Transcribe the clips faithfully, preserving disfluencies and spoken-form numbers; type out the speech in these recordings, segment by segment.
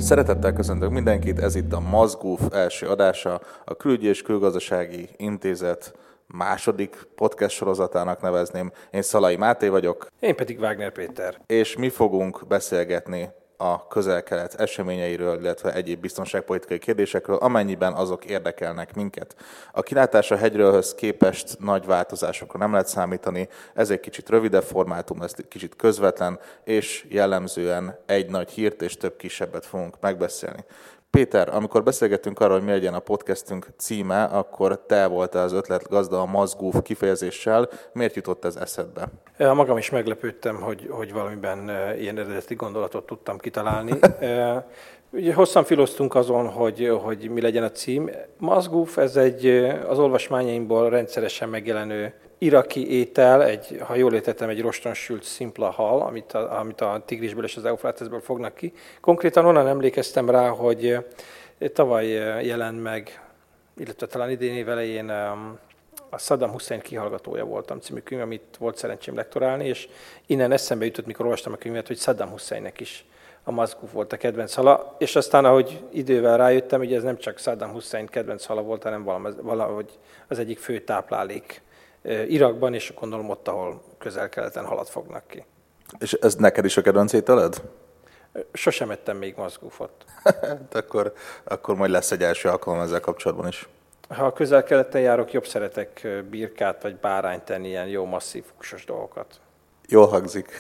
Szeretettel köszöntök mindenkit, ez itt a Mazguf első adása, a Külügyi és Külgazdasági Intézet második podcast sorozatának nevezném. Én Szalai Máté vagyok. Én pedig Wagner Péter. És mi fogunk beszélgetni a Közel-Kelet eseményeiről, illetve egyéb biztonságpolitikai kérdésekről, amennyiben azok érdekelnek minket. A kilátás a hegyről képest nagy változásokra nem lehet számítani, ez egy kicsit rövidebb formátum, ez kicsit közvetlen, és jellemzően egy nagy hírt és több kisebbet fogunk megbeszélni. Péter, amikor beszélgettünk arról, hogy mi legyen a podcastünk címe, akkor te voltál az ötletgazda a Mazguf kifejezéssel. Miért jutott ez eszedbe? Ja, magam is meglepődtem, hogy, hogy valamiben ilyen eredeti gondolatot tudtam kitalálni. Ugye hosszan filoztunk azon, hogy, hogy mi legyen a cím. Mazguf, ez egy az olvasmányaimból rendszeresen megjelenő iraki étel, egy, ha jól értettem, egy rostonsült szimpla hal, amit a, amit a Tigrisből és az Eufráteszből fognak ki. Konkrétan onnan emlékeztem rá, hogy tavaly jelent meg, illetve talán idén év elején a Saddam Hussein kihallgatója voltam című könyv, amit volt szerencsém lektorálni, és innen eszembe jutott, mikor olvastam a könyvet, hogy Saddam Husseinnek is a Mazguf volt a kedvenc hala, és aztán, ahogy idővel rájöttem, hogy ez nem csak Saddam Hussein kedvenc hala volt, hanem valahogy az egyik fő táplálék Irakban, és gondolom ott, ahol Közel-Keleten halat fognak ki. És ez neked is a kedvenc ételed? Sosem ettem még mazgufot. akkor, akkor majd lesz egy első alkalom ezzel kapcsolatban is. Ha a Közel-Keleten járok, jobb szeretek birkát vagy bárányt tenni, ilyen jó masszív húsos dolgokat. Jól hangzik.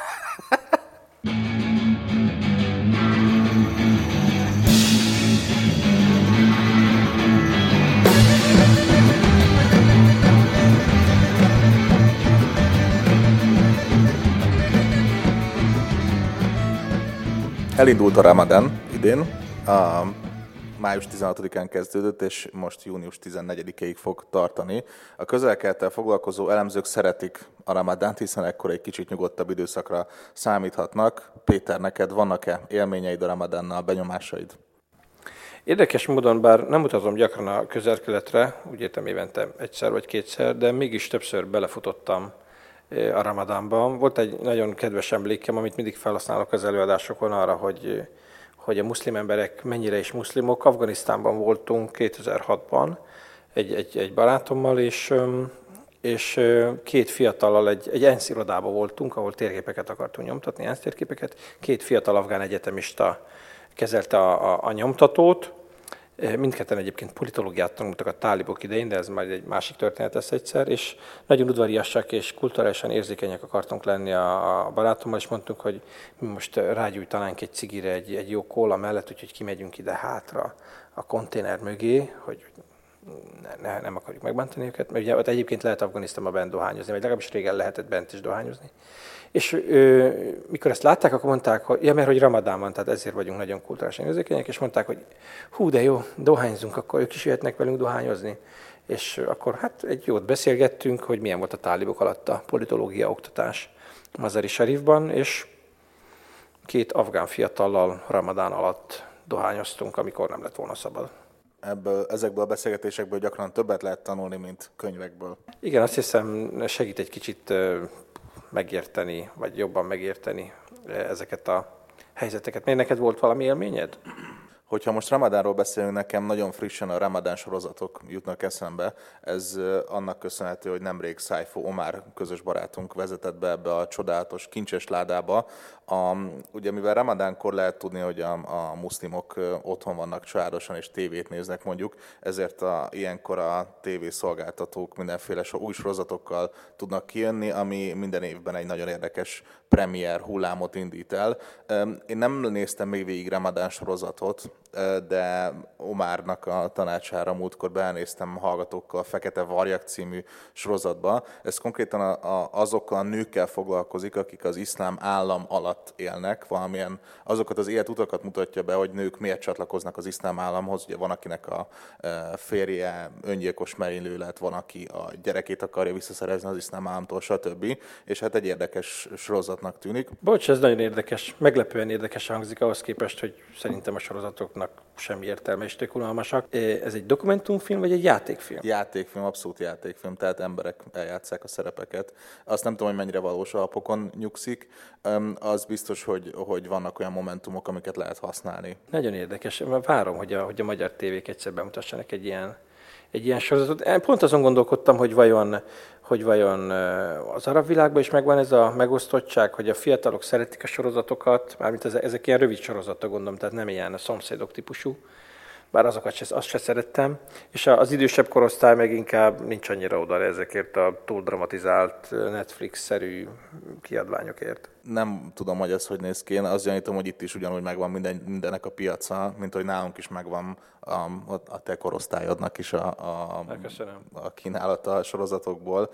Elindult a Ramadán idén, a május tizenhatodikán kezdődött, és most június tizennegyedikéig fog tartani. A Közel-Kelettel foglalkozó elemzők szeretik a Ramadánt, hiszen ekkor egy kicsit nyugodtabb időszakra számíthatnak. Péter, neked vannak-e élményeid a Ramadánnal, benyomásaid? Érdekes módon, bár nem utazom gyakran a Közel-Keletre, úgy értem évente egyszer vagy kétszer, de mégis többször belefutottam a Ramadánban. Volt egy nagyon kedves emlékem, amit mindig felhasználok az előadásokon arra, hogy, hogy a muszlim emberek mennyire is muszlimok. Afganisztánban voltunk kétezer-hatban egy, egy, egy barátommal, és, és két fiatallal egy, egy ENSZ irodában voltunk, ahol térképeket akartunk nyomtatni, ENSZ térképeket. Két fiatal afgán egyetemista kezelte a, a, a nyomtatót. Mindketten egyébként politológiát tanultak a tálibok idején, de ez majd egy másik történet lesz egyszer, és nagyon udvariasak és kulturálisan érzékenyek akartunk lenni a, a barátommal, és mondtunk, hogy mi most rágyújtanánk egy cigire egy, egy jó kóla mellett, úgyhogy kimegyünk ide hátra a konténer mögé, hogy ne, ne, nem akarjuk megbántani őket, mert ugye ott egyébként lehet Afganisztánban bent dohányozni, vagy legalábbis régen lehetett bent is dohányozni. És ö, mikor ezt látták, akkor mondták, hogy ja, mert hogy Ramadán van, tehát ezért vagyunk nagyon kulturálisan érzékenyek, és mondták, hogy hú, de jó, dohányzunk, akkor ők is jöhetnek velünk dohányozni. És akkor hát egy jót beszélgettünk, hogy milyen volt a tálibok alatt a politológia oktatás Mazari Sharifban, és két afgán fiatallal Ramadán alatt dohányoztunk, amikor nem lett volna szabad. Ebből, ezekből a beszélgetésekből gyakran többet lehet tanulni, mint könyvekből. Igen, azt hiszem segít egy kicsit megérteni, vagy jobban megérteni ezeket a helyzeteket. Miért neked volt valami élményed? Hogyha most Ramadánról beszélünk, nekem nagyon frissen a Ramadán sorozatok jutnak eszembe. Ez annak köszönhető, hogy nemrég Szájfó Omár közös barátunk vezetett be ebbe a csodálatos kincses ládába. A, ugye mivel Ramadánkor lehet tudni, hogy a, a muszlimok otthon vannak családosan és tévét néznek mondjuk, ezért a, ilyenkor a tévészolgáltatók mindenféle so, új sorozatokkal tudnak kijönni, ami minden évben egy nagyon érdekes premier hullámot indít el. Én nem néztem még végig Ramadán sorozatot, de Omárnak a tanácsára múltkor benéztem hallgatókkal a Fekete Varjak című sorozatba. Ez konkrétan a, a, azokkal a nőkkel foglalkozik, akik az iszlám állam alatt élnek, valamilyen azokat az életutakat mutatja be, hogy nők miért csatlakoznak az iszlám államhoz. Ugye van, akinek a férje öngyilkos merénylő lett, van, aki a gyerekét akarja visszaszerezni az iszlám államtól, stb. És hát egy érdekes sorozatnak tűnik. Bocs, ez nagyon érdekes, meglepően érdekes hangzik ahhoz képest, hogy szerintem a sorozatoknak semmi értelme, és tök unalmasak. Ez egy dokumentumfilm, vagy egy játékfilm? Játékfilm, abszolút játékfilm, tehát emberek eljátsszák a szerepeket. Azt nem tudom, hogy mennyire valós alapokon nyugszik. Az biztos, hogy, hogy vannak olyan momentumok, amiket lehet használni. Nagyon érdekes. Várom, hogy a, hogy a magyar tévék egyszer bemutassanak egy ilyen, egy ilyen sorozatot. Pont azon gondolkodtam, hogy vajon, hogy vajon az arab világban is megvan ez a megosztottság, hogy a fiatalok szeretik a sorozatokat, mármint ezek, ezek ilyen rövid sorozatok, gondolom, tehát nem ilyen a szomszédok típusú, bár azokat se, azt se szerettem, és az idősebb korosztály meg inkább nincs annyira oda ezekért a túl dramatizált Netflix-szerű kiadványokért. Nem tudom, hogy ez hogy néz ki. Én azt gyanítom, hogy itt is ugyanúgy megvan minden, mindennek a piaca, mint hogy nálunk is megvan a, a te korosztályodnak is a, a, a kínálata a sorozatokból.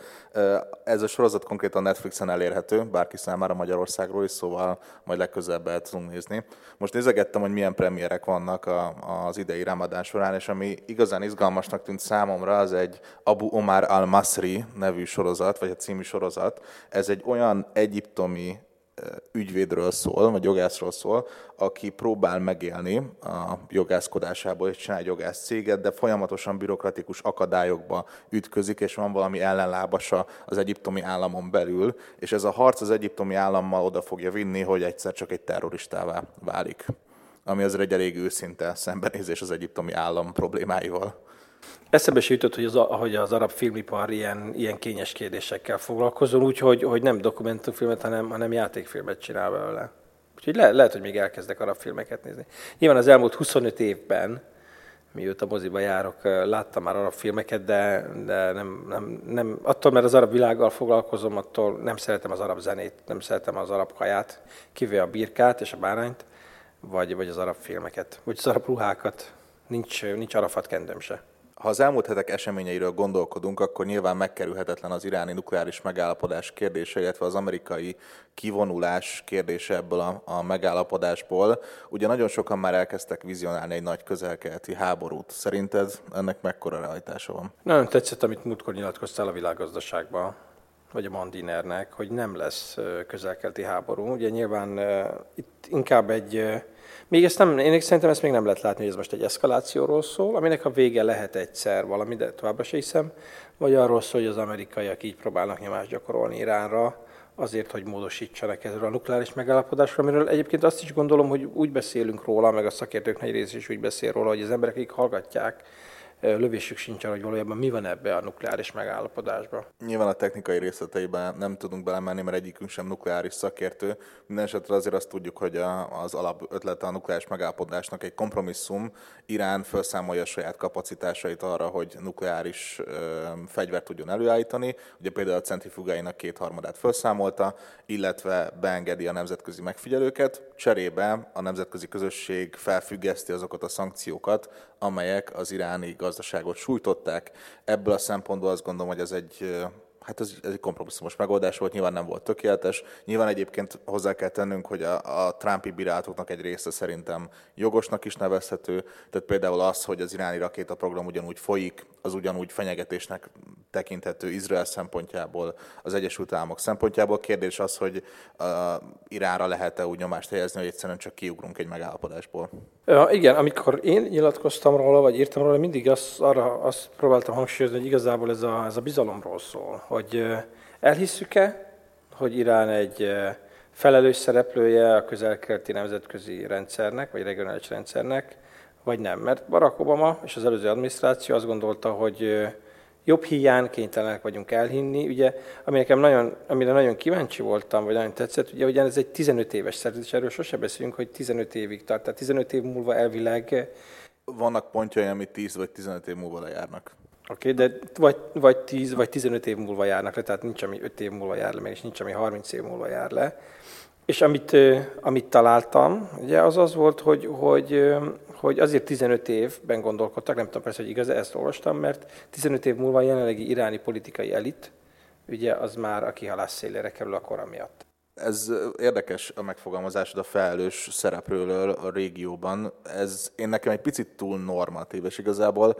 Ez a sorozat konkrétan Netflixen elérhető, bárki számára Magyarországról is, szóval majd legközelebb el tudunk nézni. Most nézegettem, hogy milyen premierek vannak a, az idei Ramadán során, és ami igazán izgalmasnak tűnt számomra, az egy Abu Omar al-Masri nevű sorozat, vagy a című sorozat. Ez egy olyan egyiptomi ügyvédről szól, vagy jogászról szól, aki próbál megélni a jogászkodásából, és csinál egy jogász céget, de folyamatosan bürokratikus akadályokba ütközik, és van valami ellenlábasa az egyiptomi államon belül, és ez a harc az egyiptomi állammal oda fogja vinni, hogy egyszer csak egy terroristává válik. Ami azért egy elég őszinte szembenézés az egyiptomi állam problémáival. Eszembe se jutott, hogy az, hogy az arab filmipar ilyen, ilyen kényes kérdésekkel foglalkozol, úgyhogy hogy nem dokumentumfilmet, hanem, hanem játékfilmet csinál belőle. Úgyhogy le, lehet, hogy még elkezdek arab filmeket nézni. Nyilván az elmúlt huszonöt évben, mióta moziba járok, láttam már arab filmeket, de, de nem, nem, nem, attól, mert az arab világgal foglalkozom, attól nem szeretem az arab zenét, nem szeretem az arab kaját, kivéve a birkát és a bárányt, vagy, vagy az arab filmeket, vagy az arab ruhákat. Nincs, nincs Arafat kendőm se. Ha az elmúlt hetek eseményeiről gondolkodunk, akkor nyilván megkerülhetetlen az iráni nukleáris megállapodás kérdése, illetve az amerikai kivonulás kérdése ebből a, a megállapodásból. Ugye nagyon sokan már elkezdtek vizionálni egy nagy közel-keleti háborút. Szerinted ennek mekkora realitása van? Nagyon tetszett, amit múltkor nyilatkoztál a világgazdaságban, vagy a Mandinernek, hogy nem lesz közel-keleti háború. Ugye nyilván uh, itt inkább egy... Uh, Még ezt nem, én szerintem ezt még nem lehet látni, hogy ez most egy eszkalációról szól, aminek a vége lehet egyszer valami, de továbbra se hiszem, vagy arról szól, hogy az amerikaiak így próbálnak nyomást gyakorolni Iránra, azért, hogy módosítsanak ezzel a nukleáris megállapodásról, amiről egyébként azt is gondolom, hogy úgy beszélünk róla, meg a szakértők nagy rész is úgy beszél róla, hogy az emberek, akik hallgatják, lövésük sincsen, hogy valójában mi van ebbe a nukleáris megállapodásban. Nyilván a technikai részleteiben nem tudunk belemenni, mert egyikünk sem nukleáris szakértő. Mindenesetre azért azt tudjuk, hogy az alapötlete a nukleáris megállapodásnak egy kompromisszum. Irán felszámolja a saját kapacitásait arra, hogy nukleáris ö, fegyvert tudjon előállítani. Ugye például a centrifugáinak kétharmadát felszámolta, illetve beengedi a nemzetközi megfigyelőket. Cserébe a nemzetközi közösség felfüggeszti azokat a szankciókat, amelyek az iráni gazdaságot sújtották. Ebből a szempontból azt gondolom, hogy ez egy, hát ez, ez egy kompromisszumos megoldás volt, nyilván nem volt tökéletes. Nyilván egyébként hozzá kell tennünk, hogy a, a Trumpi bírálatoknak egy része szerintem jogosnak is nevezhető. Tehát például az, hogy az iráni rakétaprogram ugyanúgy folyik, az ugyanúgy fenyegetésnek tekinthető Izrael szempontjából, az Egyesült Államok szempontjából. Kérdés az, hogy uh, Iránra lehet-e úgy nyomást helyezni, hogy egyszerűen csak kiugrunk egy megállapodásból. Ja, igen, amikor én nyilatkoztam róla, vagy írtam róla, mindig azt, arra azt próbáltam hangsúlyozni, hogy igazából ez a, ez a bizalomról szól, hogy elhisszük-e, hogy Irán egy felelős szereplője a közel-keleti nemzetközi rendszernek, vagy regionális rendszernek, vagy nem. Mert Barack Obama és az előző adminisztráció azt gondolta, hogy jobb hiány kénytelenek vagyunk elhinni. Ugye, ami nekem nagyon, amire nagyon kíváncsi voltam, vagy nagyon tetszett, ugye, ugye ez egy tizenöt éves szerződés, erről sose beszélünk, hogy tizenöt évig tart. Tehát tizenöt év múlva elvileg... Vannak pontjai, amit tíz vagy tizenöt év múlva lejárnak. Oké, okay, de vagy, vagy tíz vagy tizenöt év múlva járnak le, tehát nincs, ami öt év múlva jár le, meg és nincs, ami harminc év múlva jár le. És amit, amit találtam, ugye az az volt, hogy, hogy, hogy azért tizenöt évben gondolkodtak, nem tudom persze, hogy igaz, ezt olvastam, mert tizenöt év múlva a jelenlegi iráni politikai elit, ugye az már a kihalás szélére kerül a kora miatt. Ez érdekes a megfogalmazásod a felelős szereplőről a régióban. Ez én nekem egy picit túl normatív, és igazából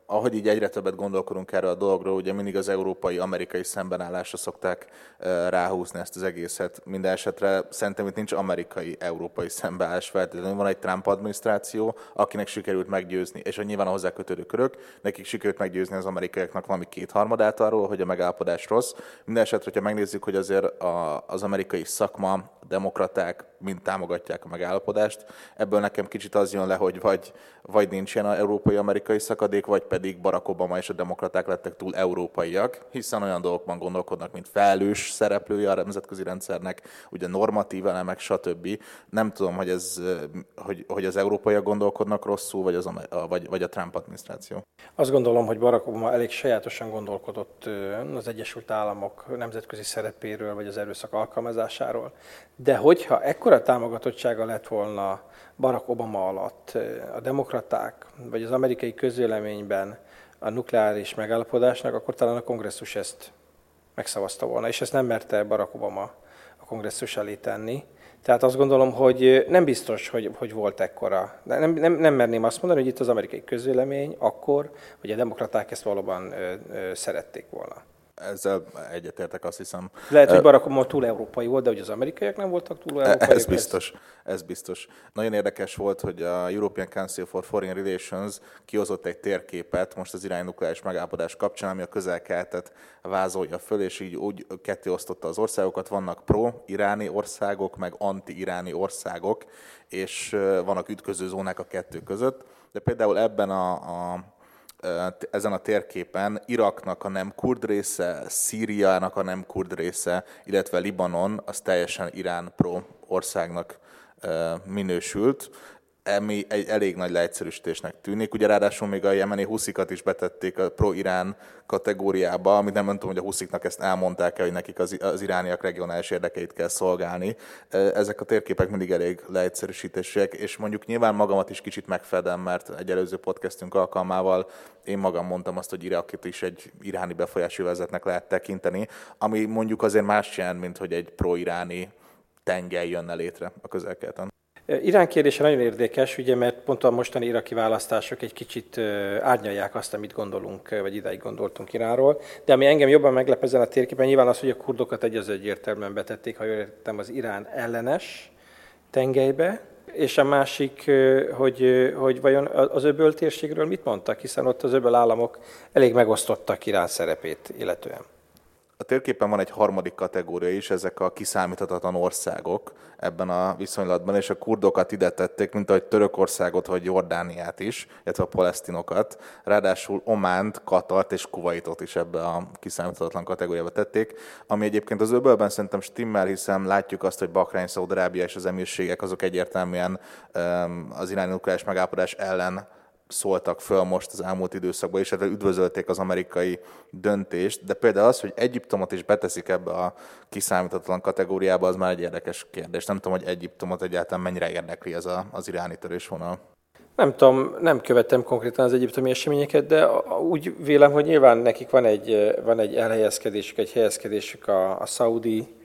ahogy így egyre többet gondolkodunk erről a dologról, ugye mindig az európai-amerikai szembenállásra szokták ráhúzni ezt az egészet. Minden esetre szerintem itt nincs amerikai-európai szembeállás feltétlenül. Van egy Trump adminisztráció, akinek sikerült meggyőzni, és a nyilván a hozzá kötődő körök, nekik sikerült meggyőzni az amerikaiaknak valami kétharmadát arról, hogy a megállapodás rossz. Minden esetre, hogyha megnézzük, hogy azért a, az amerikai szakma, a demokraták mind támogatják a megállapodást, ebből nekem kicsit az jön le, hogy vagy, vagy nincs ilyen európai-amerikai szakadék, vagy pedig Barack Obama és a demokraták lettek túl európaiak, hiszen olyan dolgokban gondolkodnak, mint felelős szereplője a nemzetközi rendszernek, ugye normatív elemek, stb. Nem tudom, hogy, ez, hogy, hogy az európaiak gondolkodnak rosszul, vagy, az, vagy, vagy a Trump adminisztráció. Azt gondolom, hogy Barack Obama elég sajátosan gondolkodott az Egyesült Államok nemzetközi szerepéről, vagy az erőszak alkalmazásáról. De hogyha ekkora támogatottsága lett volna Barack Obama alatt a demokraták, vagy az amerikai közvéleményben a nukleáris megállapodásnak, akkor talán a kongresszus ezt megszavazta volna, és ezt nem merte Barack Obama a kongresszus elé tenni. Tehát azt gondolom, hogy nem biztos, hogy, hogy volt ekkora. De nem, nem, nem merném azt mondani, hogy itt az amerikai közvélemény akkor, hogy a demokraták ezt valóban ö, ö, szerették volna. Ezzel egyetértek, azt hiszem. Lehet, hogy Barack Obama túl európai volt, de hogy az amerikaiak nem voltak túl európai. Ez biztos, ez biztos. Nagyon érdekes volt, hogy a European Council for Foreign Relations kihozott egy térképet most az iráni nukleáris megállapodás kapcsán, ami a Közel-Keletet vázolja föl, és így úgy ketté osztotta az országokat. Vannak pro-iráni országok, meg anti-iráni országok, és vannak ütköző zónák a kettő között. De például ebben a, a ezen a térképen Iraknak a nem kurd része, Szíriának a nem kurd része, illetve Libanon az teljesen Irán pro országnak minősült, ami egy elég nagy leegyszerűsítésnek tűnik. Ugye ráadásul még a jemeni huszikat is betették a pro-Irán kategóriába, amit nem tudom, hogy a husziknak ezt elmondták-e, hogy nekik az, az irániak regionális érdekeit kell szolgálni. Ezek a térképek mindig elég leegyszerűsítések, és mondjuk nyilván magamat is kicsit megfedem, mert egy előző podcastünk alkalmával én magam mondtam azt, hogy Irakot is egy iráni befolyási vezetnek lehet tekinteni, ami mondjuk azért más jelent, mint hogy egy pro-iráni tengely jönne létre a Közel-Keleten. Irán kérdése nagyon érdekes, ugye, mert pont a mostani iraki választások egy kicsit árnyalják azt, amit gondolunk, vagy idáig gondoltunk Iránról. De ami engem jobban meglep ezen a térképen, nyilván az, hogy a kurdokat egy az egyértelműen betették, ha jól értem, az Irán ellenes tengelybe, és a másik, hogy, hogy vajon az öböl térségről mit mondtak, hiszen ott az öböl államok elég megosztottak Irán szerepét illetően. A térképen van egy harmadik kategória is, ezek a kiszámíthatatlan országok ebben a viszonylatban, és a kurdokat ide tették, mint ahogy Törökországot vagy Jordániát is, illetve a palesztinokat. Ráadásul Ománt, Katart és Kuvaitot is ebbe a kiszámíthatatlan kategóriába tették, ami egyébként az öbölben szerintem stimmel, hiszen látjuk azt, hogy Bahrein, Szaúd-Arábia és az emírségek azok egyértelműen az iráni nukleáris megállapodás ellen szóltak föl most az elmúlt időszakban, és ezzel üdvözölték az amerikai döntést, de például az, hogy Egyiptomot is beteszik ebbe a kiszámíthatatlan kategóriába, az már egy érdekes kérdés. Nem tudom, hogy Egyiptomot egyáltalán mennyire érdekli ez a, az iráni törésvonal. Nem tudom, nem követem konkrétan az egyiptomi eseményeket, de úgy vélem, hogy nyilván nekik van egy, van egy elhelyezkedésük, egy helyezkedésük a, a szaudi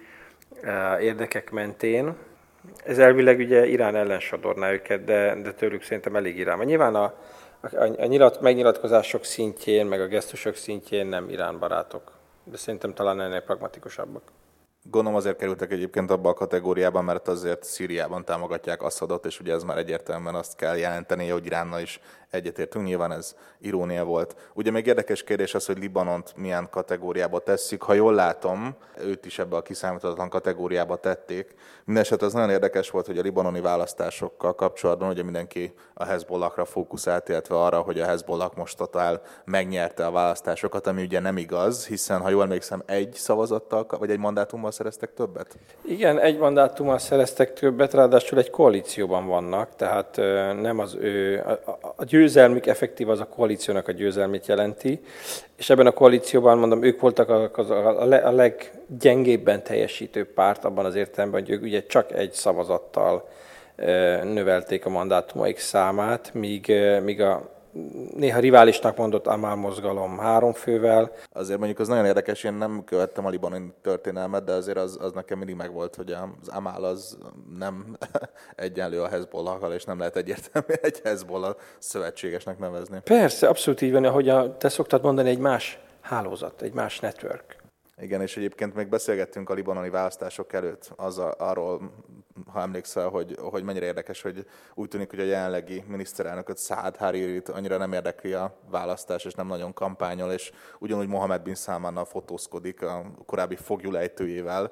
érdekek mentén. Ez elvileg ugye Irán ellen sodorná őket, de, de tőlük szerintem elég Irán. Nyilván a, a, a nyilat, megnyilatkozások szintjén, meg a gesztusok szintjén nem Irán barátok, de szerintem talán ennél pragmatikusabbak. Gondolom azért kerültek egyébként abba a kategóriában, mert azért Szíriában támogatják Assadot, és ugye ez már egyértelműen azt kell jelenteni, hogy Iránnal is egyetértünk, nyilván ez irónia volt. Ugye még érdekes kérdés az, hogy Libanont milyen kategóriába tesszük. Ha jól látom, őt is ebbe a kiszámíthatatlan kategóriába tették. Mindenesetre az nagyon érdekes volt, hogy a libanoni választásokkal kapcsolatban ugye mindenki a Hezbollahra fókuszált, illetve arra, hogy a Hezbollah most totál megnyerte a választásokat, ami ugye nem igaz, hiszen ha jól emlékszem, egy szavazattal, vagy egy mandátummal szereztek többet? Igen, egy mandátummal szereztek többet, ráadásul egy koalícióban vannak, tehát nem az ő, a, a győzelmük effektív az a koalíciónak a győzelmét jelenti, és ebben a koalícióban, mondom, ők voltak a, a, a leggyengébben teljesítő párt abban az értelemben, hogy ők ugye csak egy szavazattal növelték a mandátumaik számát, míg, míg a néha riválisnak mondott Amal mozgalom három fővel. Azért mondjuk az nagyon érdekes, én nem követtem a libanoni történelmet, de azért az, az nekem mindig megvolt, hogy az Amal az nem egyenlő a Hezbollahval, és nem lehet egyértelműen egy Hezbollah szövetségesnek nevezni. Persze, abszolút így van, ahogy a, te szoktad mondani, egy más hálózat, egy más network. Igen, és egyébként még beszélgettünk a libanoni választások előtt az a, arról, ha emlékszel, hogy, hogy mennyire érdekes, hogy úgy tűnik, hogy a jelenlegi miniszterelnököt, Saad Haririt annyira nem érdekli a választás, és nem nagyon kampányol, és ugyanúgy Mohammed bin Salmannal fotózkodik, a korábbi foglyulejtőjével,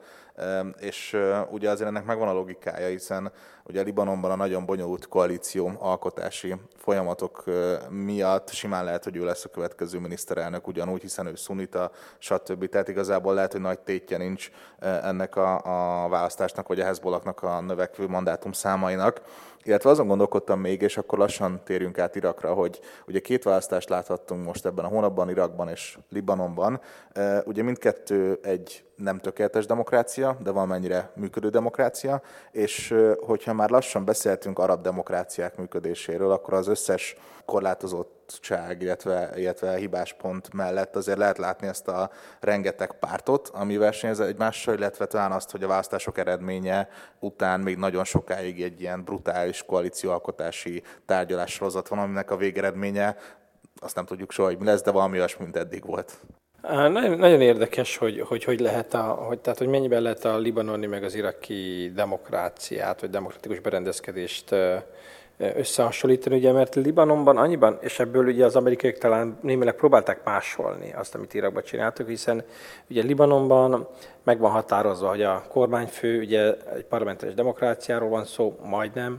és ugye azért ennek megvan a logikája, hiszen ugye Libanonban a nagyon bonyolult koalíció alkotási folyamatok miatt simán lehet, hogy ő lesz a következő miniszterelnök ugyanúgy, hiszen ő szunita, stb. Tehát igazából lehet, hogy nagy tétje nincs ennek a, a választásnak, vagy a Hezbollahnak a növekvő mandátum számainak. Illetve azon gondolkodtam még, és akkor lassan térjünk át Irakra, hogy ugye két választást láthattunk most ebben a hónapban, Irakban és Libanonban. Ugye mindkettő egy nem tökéletes demokrácia, de valamennyire működő demokrácia, és hogyha már lassan beszéltünk arab demokráciák működéséről, akkor az összes korlátozottság, illetve, illetve hibáspont mellett azért lehet látni ezt a rengeteg pártot, ami versenyez egymással, illetve talán azt, hogy a választások eredménye után még nagyon sokáig egy ilyen brutális koalícióalkotási tárgyalássorozat van, aminek a végeredménye, azt nem tudjuk soha, hogy mi lesz, de valami olyasmi, mint eddig volt. Nagyon, nagyon érdekes, hogy, hogy, hogy lehet a, hogy, tehát, hogy mennyiben lehet a libanoni meg az iraki demokráciát, vagy demokratikus berendezkedést összehasonlítani, ugye, mert Libanonban annyiban, és ebből ugye az amerikaiak talán némileg próbálták másolni azt, amit Irakban csináltak, hiszen ugye Libanonban meg van határozva, hogy a kormányfő, ugye egy parlamentáris demokráciáról van szó, majdnem,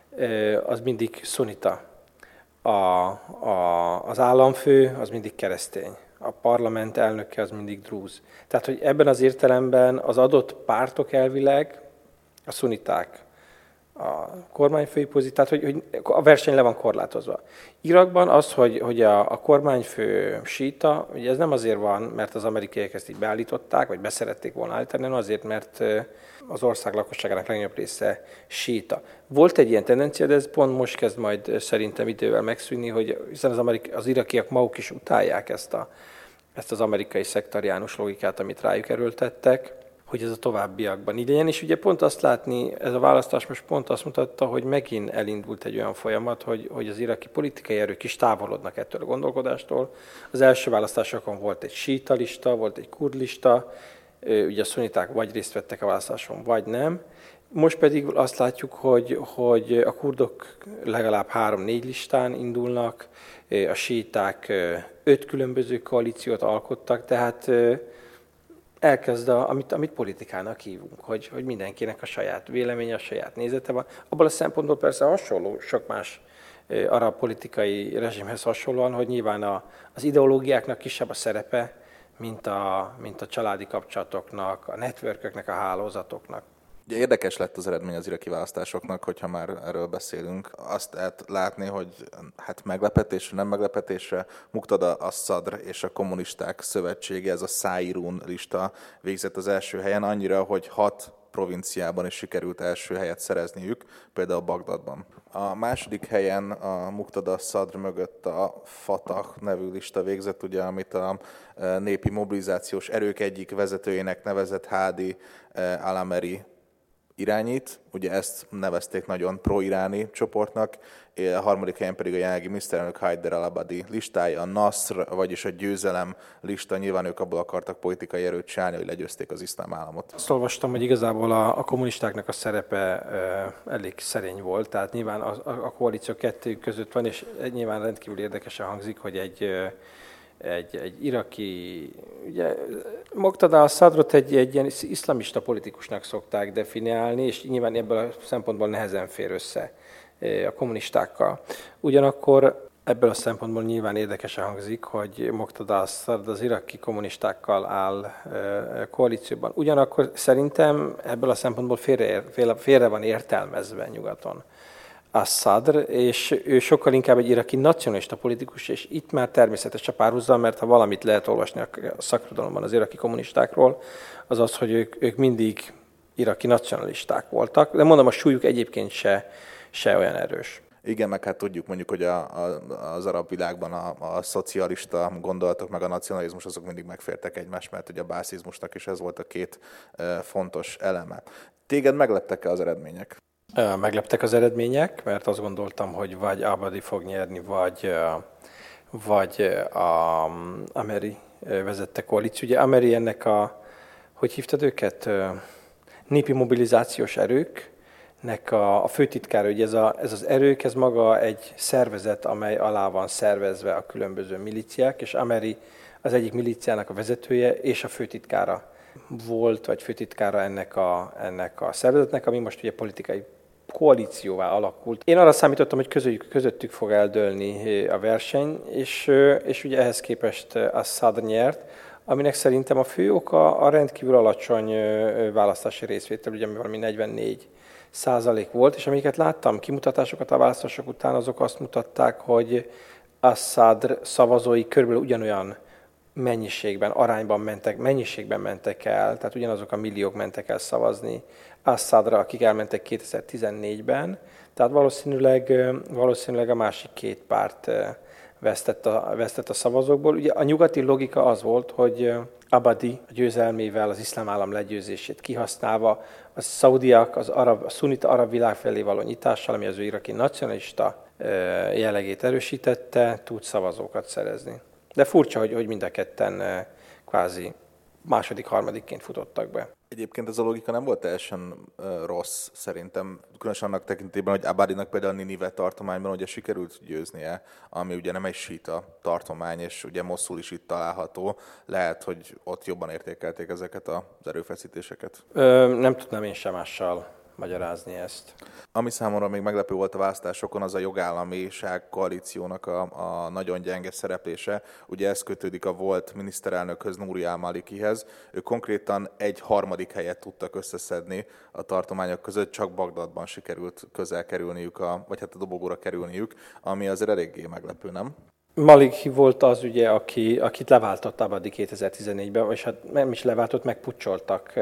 az mindig szunita. A, a, az államfő az mindig keresztény. A parlament elnöke az mindig drúz. Tehát, hogy ebben az értelemben az adott pártok elvileg a szuniták, a kormányfői pozíció, tehát hogy, hogy a verseny le van korlátozva. Irakban az, hogy, hogy a, a kormányfő síta, ugye ez nem azért van, mert az amerikaiak ezt így beállították, vagy beszerették volna állítani, hanem azért, mert az ország lakosságának legnagyobb része síta. Volt egy ilyen tendencia, de ez pont most kezd majd szerintem idővel megszűnni, hogy hiszen az, amerik- az irakiak maguk is utálják ezt, a, ezt az amerikai szektariánus logikát, amit rájuk erőltettek, hogy ez a továbbiakban így legyen. És ugye pont azt látni, ez a választás most pont azt mutatta, hogy megint elindult egy olyan folyamat, hogy, hogy az iraki politikai erők is távolodnak ettől a gondolkodástól. Az első választásokon volt egy síita lista, volt egy kurd lista, ugye a szuniták vagy részt vettek a választáson, vagy nem. Most pedig azt látjuk, hogy, hogy a kurdok legalább három-négy listán indulnak, a síiták öt különböző koalíciót alkottak, tehát elkezd, a, amit, amit politikának hívunk, hogy, hogy mindenkinek a saját véleménye, a saját nézete van. Abban a szempontból persze hasonló, sok más arab politikai rezsimhez hasonlóan, hogy nyilván a, az ideológiáknak kisebb a szerepe, mint a, mint a családi kapcsolatoknak, a networköknek, a hálózatoknak. Ugye érdekes lett az eredmény az iraki választásoknak, hogyha már erről beszélünk. Azt lehet látni, hogy hát meglepetésre, nem meglepetésre Muqtada as-Sadr és a kommunisták szövetsége, ez a Sairun lista végzett az első helyen, annyira, hogy hat provinciában is sikerült első helyet szerezniük, például Bagdadban. A második helyen a Muqtada as-Sadr mögött a Fatah nevű lista végzett, ugye, amit a népi mobilizációs erők egyik vezetőjének nevezett Hadi al-Ameri irányít, ugye ezt nevezték nagyon pro-iráni csoportnak, a harmadik helyen pedig a jelenlegi miniszterelnök Haider al-Abadi listája, a Nasr, vagyis a győzelem lista, nyilván ők abból akartak politikai erőt csinálni, hogy legyőzték az iszlám államot. Azt olvastam, hogy igazából a, a kommunistáknak a szerepe e, elég szerény volt, tehát nyilván a, a, a koalíció kettő között van, és nyilván rendkívül érdekesen hangzik, hogy egy Egy, egy iraki, ugye Muqtada as-Sadrot egy, egy ilyen iszlamista politikusnak szokták definiálni, és nyilván ebből a szempontból nehezen fér össze a kommunistákkal. Ugyanakkor ebből a szempontból nyilván érdekesen hangzik, hogy Muqtada as-Sadr az iraki kommunistákkal áll koalícióban. Ugyanakkor szerintem ebből a szempontból félre, félre van értelmezve nyugaton as-Sadr, és ő sokkal inkább egy iraki nacionalista politikus, és itt már természetes a párhuzam, mert ha valamit lehet olvasni a szakirodalomban az iraki kommunistákról, az az, hogy ők, ők mindig iraki nacionalisták voltak, de mondom, a súlyuk egyébként se, se olyan erős. Igen, meg hát tudjuk mondjuk, hogy a, a, az arab világban a, a szocialista gondolatok meg a nacionalizmus azok mindig megfértek egymást, mert ugye a bászizmusnak is ez volt a két e, fontos eleme. Téged megleptek-e az eredmények? Megleptek az eredmények, mert azt gondoltam, hogy vagy Abadi fog nyerni, vagy, vagy a Ameri vezette koalíció. Ugye Ameri ennek a, hogy hívtad őket? Népi mobilizációs erőknek a, a főtitkára, ugye ez, a, ez az erők, ez maga egy szervezet, amely alá van szervezve a különböző milíciák, és Ameri az egyik milíciának a vezetője és a főtitkára volt, vagy főtitkára ennek a, ennek a szervezetnek, ami most ugye politikai koalícióvá alakult. Én arra számítottam, hogy közöttük, közöttük fog eldőlni a verseny, és, és ugye ehhez képest Assad nyert, aminek szerintem a fő oka a rendkívül alacsony választási részvétel, ugye ami valami negyvennégy százalék volt, és amiket láttam, kimutatásokat a választások után, azok azt mutatták, hogy Assad szavazói körülbelül ugyanolyan mennyiségben, arányban mentek, mennyiségben mentek el, tehát ugyanazok a milliók mentek el szavazni Assadra, akik elmentek kétezer-tizennégyben, tehát valószínűleg, valószínűleg a másik két párt vesztett a, vesztett a szavazókból. Ugye a nyugati logika az volt, hogy Abadi a győzelmével az iszlám állam legyőzését kihasználva, a szaudiak az arab, a szunita arab világ felé való nyitással, ami az ő iraki nacionalista jellegét erősítette, tud szavazókat szerezni. De furcsa, hogy, hogy mind a ketten kvázi második, harmadikként futottak be. Egyébként ez a logika nem volt teljesen uh, rossz, szerintem. Különösen annak tekintében, hogy Abadinak például a Ninive tartományban ugye sikerült győznie, ami ugye nem egy síta tartomány, és ugye Moszul is itt található. Lehet, hogy ott jobban értékelték ezeket az erőfeszítéseket. Ö, nem tudnám én sem mással magyarázni ezt. Ami számomra még meglepő volt a választásokon, az a jogállamiság koalíciónak a, a nagyon gyenge szereplése. Ugye ez kötődik a volt miniszterelnökhöz, Nouri al-Malikihez. Ő konkrétan egy harmadik helyet tudtak összeszedni a tartományok között, csak Bagdadban sikerült közel kerülniük, a, vagy hát a dobogóra kerülniük, ami azért eléggé meglepő, nem? Maliki volt az ugye, aki, akit leváltott Abadi kétezer-tizennégyben, és hát nem is leváltott, megpucsoltak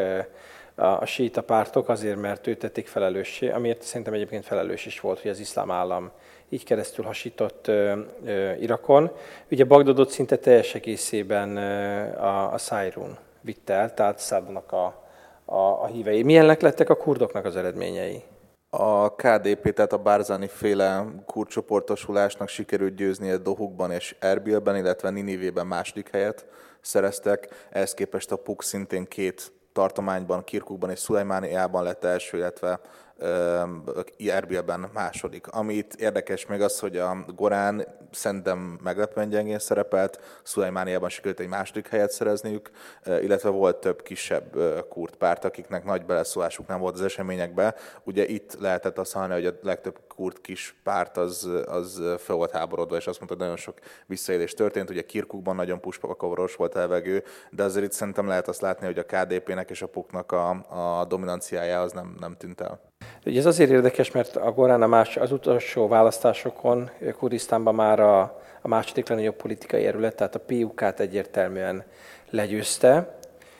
a síita pártok azért, mert őt tették felelőssé, amiért szerintem egyébként felelős is volt, hogy az iszlám állam így keresztül hasított ö, ö, Irakon. Ugye Bagdadot szinte teljes egészében ö, a, a Szájrún vitte el, tehát Szádnak a, a, a hívei. Milyenek lettek a kurdoknak az eredményei? A ká dé pé, tehát a Barzani féle kurd csoportosulásnak sikerült győznie Dohukban és Erbilben, illetve Ninivében második helyet szereztek. Ehhez képest a puk szintén két tartományban, Kirkukban és Szulajmániában lett első, illetve uh, Erbilben második. Ami itt érdekes még az, hogy a Gorán szerintem meglepően gyengén szerepelt, Szulajmániában sikerült egy második helyet szerezniük, uh, illetve volt több kisebb uh, kurd párt, akiknek nagy beleszólásuk nem volt az eseményekbe. Ugye itt lehetett azt hallani, hogy a legtöbb kurd kis párt az, az fel volt háborodva, és azt mondta, hogy nagyon sok visszaélés történt. Ugye Kirkukban nagyon puspakavarós volt a levegő, de azért itt szerintem lehet azt látni, hogy a ká dé pének és a puknak a, a dominanciája az nem, nem tűnt el. Ugye ez azért érdekes, mert a Gorán a más, az utolsó választásokon Kurdisztánban már a, a második legnagyobb politikai erőlet, tehát a pé u ká-t egyértelműen legyőzte.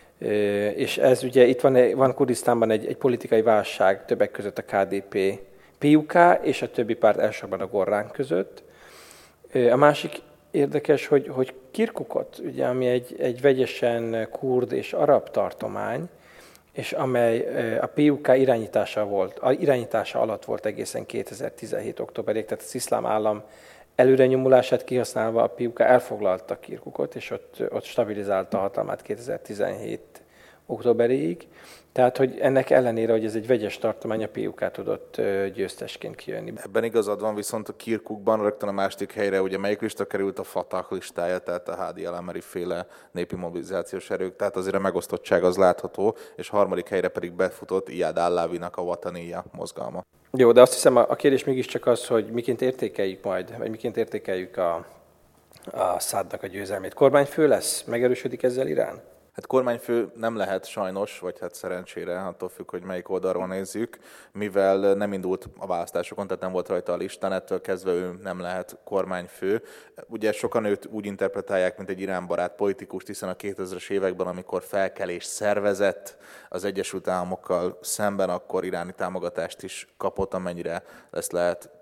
És ez ugye itt van, van Kurdisztánban egy, egy politikai válság többek között a ká dé pé, pé u ká és a többi párt, elsősorban a Gorán között. A másik érdekes, hogy, hogy Kirkukot, ugye, ami egy, egy vegyesen kurd és arab tartomány, és amely a pé u ká irányítása, volt, irányítása alatt volt egészen kétezer-tizenhét októberig, tehát az iszlám állam előrenyomulását kihasználva a pé u ká elfoglalta Kirkukot, és ott, ott stabilizálta a hatalmát kétezer-tizenhét októberig. Tehát, hogy ennek ellenére, hogy ez egy vegyes tartomány, a pé u ká tudott győztesként kijönni. Ebben igazad van, viszont a Kirkukban rögtön a második helyre, ugye melyik lista került? A Fatah listája, tehát a Hádi al-Ameri féle népi mobilizációs erők, tehát azért a megosztottság az látható, és a harmadik helyre pedig befutott Iyad al-Lawinak a Wataniya mozgalma. Jó, de azt hiszem a kérdés mégiscsak az, hogy miként értékeljük majd, vagy miként értékeljük a, a Szádnak a győzelmét. Kormányfő lesz? Megerősödik ezzel Irán? Hát kormányfő nem lehet sajnos, vagy hát szerencsére, attól függ, hogy melyik oldalról nézzük, mivel nem indult a választásokon, tehát nem volt rajta a listán, ettől kezdve ő nem lehet kormányfő. Ugye sokan őt úgy interpretálják, mint egy iránbarát politikust, hiszen a kétezres években, amikor felkelés szervezett az Egyesült Államokkal szemben, akkor iráni támogatást is kapott, amennyire ezt lehet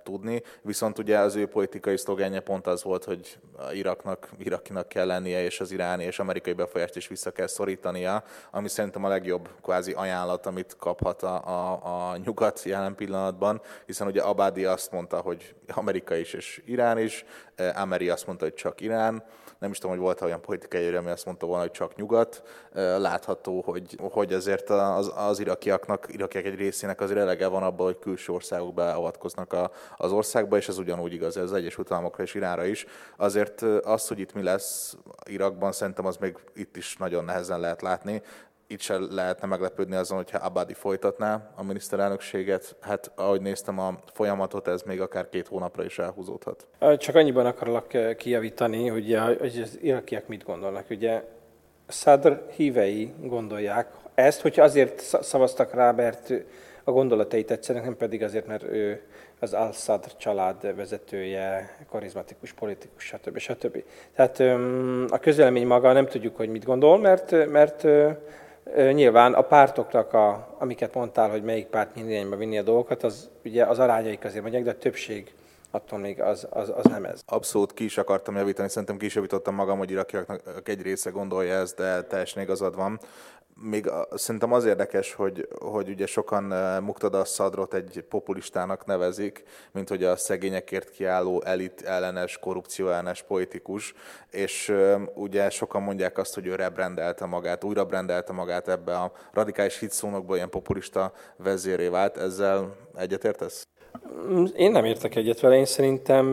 tudni, viszont ugye az ő politikai szlogenje pont az volt, hogy Iraknak, irakinak kell lennie, és az iráni és amerikai befolyást is vissza kell szorítania, ami szerintem a legjobb kvázi ajánlat, amit kaphat a, a, a nyugat jelen pillanatban, hiszen ugye Abadi azt mondta, hogy Amerika is és Irán is, Ameri azt mondta, hogy csak Irán, nem is tudom, hogy volt olyan politikai erő, ami azt mondta volna, hogy csak nyugat. Látható, hogy, hogy azért az, az irakiaknak, irakiak egy részének azért elege van abban, hogy külső országok beavatkoznak a, az országba, és ez ugyanúgy igaz az Egyesült Államokra és Iránra is. Azért az, hogy itt mi lesz Irakban, szerintem az még itt is nagyon nehezen lehet látni. Itt sem lehetne meglepődni azon, hogyha Abadi folytatná a miniszterelnökséget. Hát ahogy néztem a folyamatot, ez még akár két hónapra is elhúzódhat. Csak annyiban akarlak kijavítani, hogy az irakiak mit gondolnak. Ugye Sadr hívei gondolják ezt, hogyha azért szavaztak rá, mert a gondolatai tetszenek, nem pedig azért, mert ő az al-Sadr család vezetője, karizmatikus politikus, stb. stb. Tehát a közvélemény maga nem tudjuk, hogy mit gondol, mert, mert nyilván a pártoknak, a, amiket mondtál, hogy melyik párt minden irányba vinni a dolgokat, az ugye az arányaik azért mondják, de a többség attól még az, az, az nem ez. Abszolút ki is akartam javítani, szerintem ki is javítottam magam, hogy irakiaknak egy része gondolja ezt, de teljesen igazad van. Még szerintem az érdekes, hogy, hogy ugye sokan Muqtada as-Sadrot egy populistának nevezik, mint hogy a szegényekért kiálló elit ellenes, korrupció ellenes politikus, és ugye sokan mondják azt, hogy ő rebrendelte magát, újra brendelte magát ebbe a radikális hitszónokba, ilyen populista vezéré vált. Ezzel egyetértesz? Én nem értek egyet vele, én szerintem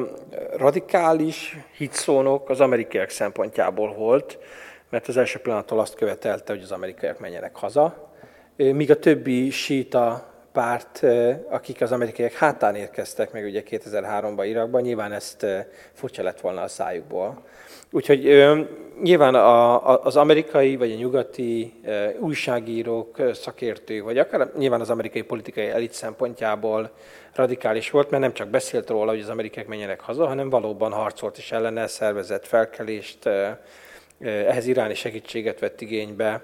radikális hitszónok az amerikaiak szempontjából volt, mert az első pillanattól azt követelte, hogy az amerikaiak menjenek haza, míg a többi síta párt, akik az amerikaiak hátán érkeztek meg ugye kétezer-háromban Irakban, nyilván ezt furcsa lett volna a szájukból. Úgyhogy nyilván a, a, az amerikai vagy a nyugati újságírók, szakértők, vagy akár nyilván az amerikai politikai elit szempontjából radikális volt, mert nem csak beszélt róla, hogy az amerikaiak menjenek haza, hanem valóban harcolt is ellene, szervezett felkelést, ehhez iráni segítséget vett igénybe.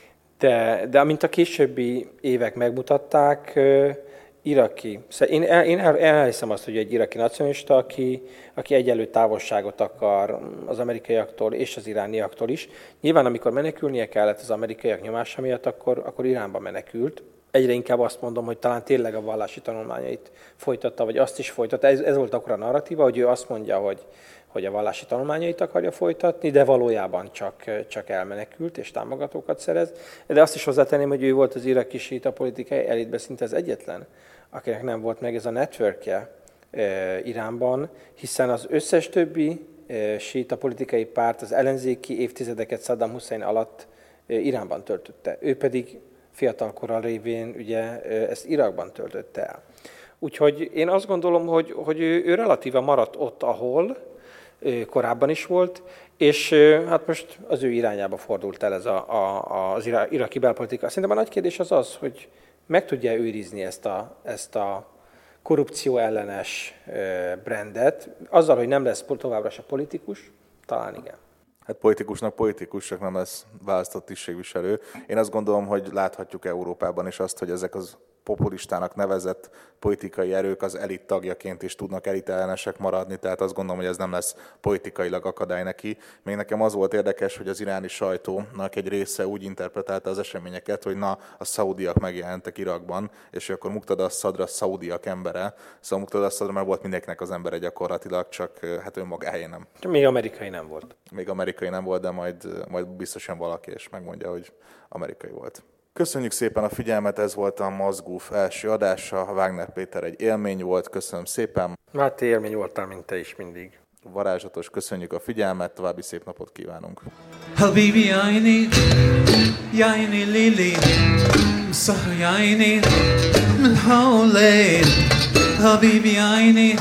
De, de amint a későbbi évek megmutatták, iraki. Én, én elhiszem azt, hogy egy iraki nacionalista, aki, aki egyenlő távolságot akar az amerikaiaktól és az irániaktól is. Nyilván, amikor menekülnie kellett az amerikaiak nyomása miatt, akkor, akkor Iránba menekült. Egyre inkább azt mondom, hogy talán tényleg a vallási tanulmányait folytatta, vagy azt is folytatta. Ez, ez volt akkor a narratíva, hogy ő azt mondja, hogy, hogy a vallási tanulmányait akarja folytatni, de valójában csak, csak elmenekült és támogatókat szerez. De azt is hozzátenném, hogy ő volt az iraki síita politikai elitben szinte az egyetlen, akinek nem volt meg ez a networkje e, Iránban, hiszen az összes többi e, síita politikai párt az ellenzéki évtizedeket Saddam Hussein alatt e, Iránban töltötte. Ő pedig fiatalkora révén ugye ezt Irakban töltötte el. Úgyhogy én azt gondolom, hogy, hogy ő, ő relatíva maradt ott, ahol korábban is volt, és hát most az ő irányába fordult el ez a, a, az iraki belpolitika. Szerintem a nagy kérdés az az, hogy meg tudja őrizni ezt a, ezt a korrupció ellenes brandet, azzal, hogy nem lesz továbbra se politikus, talán igen. Hát politikusnak politikus, csak nem lesz választott tisztségviselő. Én azt gondolom, hogy láthatjuk Európában is azt, hogy ezek az populistának nevezett politikai erők az elit tagjaként is tudnak elitellenesek maradni, tehát azt gondolom, hogy ez nem lesz politikailag akadály neki. Még nekem az volt érdekes, hogy az iráni sajtónak egy része úgy interpretálta az eseményeket, hogy na, a szaudiak megjelentek Irakban, és akkor Muqtada as-Sadr a szaudiak embere. Szóval Muqtada as-Sadr már volt mindenkinek az embere gyakorlatilag, csak hát önmagáé nem. Még amerikai nem volt. Még amerikai nem volt, de majd, majd biztosan valaki és megmondja, hogy amerikai volt. Köszönjük szépen a figyelmet, ez volt a Mozguf első adása. Wagner Péter, egy élmény volt, köszönöm szépen. Máté, élmény voltál, mint te is mindig. Varázslatos, köszönjük a figyelmet, további szép napot kívánunk. Habibi aini, yaini lili, sahri aini, min hawlain. Habibi aini,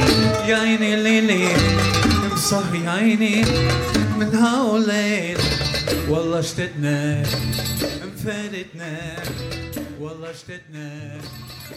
yaini lili, sahri aini, min hawlain. والله اشتدنا انفردنا والله اشتدنا